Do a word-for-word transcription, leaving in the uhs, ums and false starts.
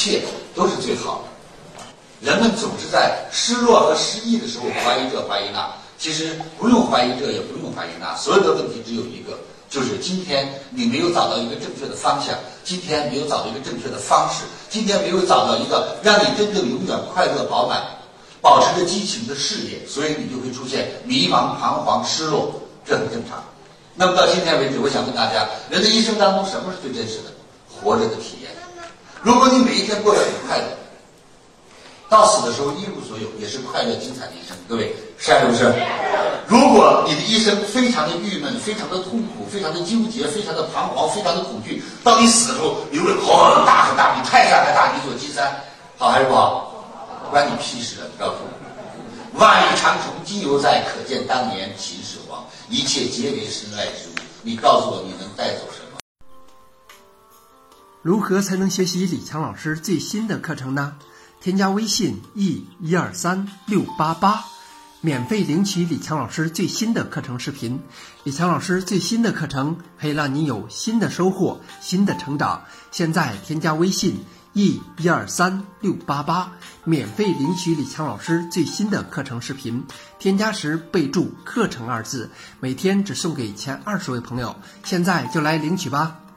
切都是最好的。人们总是在失落和失意的时候怀疑这怀疑那，其实不用怀疑这，也不用怀疑那，所有的问题只有一个，就是今天你没有找到一个正确的方向，今天没有找到一个正确的方式，今天没有找到一个让你真正永远快乐饱满保持着激情的事业，所以你就会出现迷茫、彷徨、失落，这很正常。那么到今天为止，我想问大家，人的一生当中什么是最真实的？活着的体验。如果你每一天过得很快乐，到死的时候一无所有，也是快乐精彩的一生。各位，是还是不是？如果你的一生非常的郁闷，非常的痛苦，非常的纠结，非常的彷徨，非常的恐惧，到你死的时候流了很大很大，比泰山还大一座金山，好还是不好？关你屁事啊！你告诉我，万里长城今犹在，可见当年秦始皇。一切皆为身外之物。你告诉我，你能带走什么？ 如何才能学习李强老师最新的课程呢？添加微信 e 一二三六八八，免费领取李强老师最新的课程视频。李强老师最新的课程可以让你有新的收获，新的成长。现在添加微信 e 一二三六八八，免费领取李强老师最新的课程视频。添加时备注课程二字，每天只送给前二十位朋友。现在就来领取吧。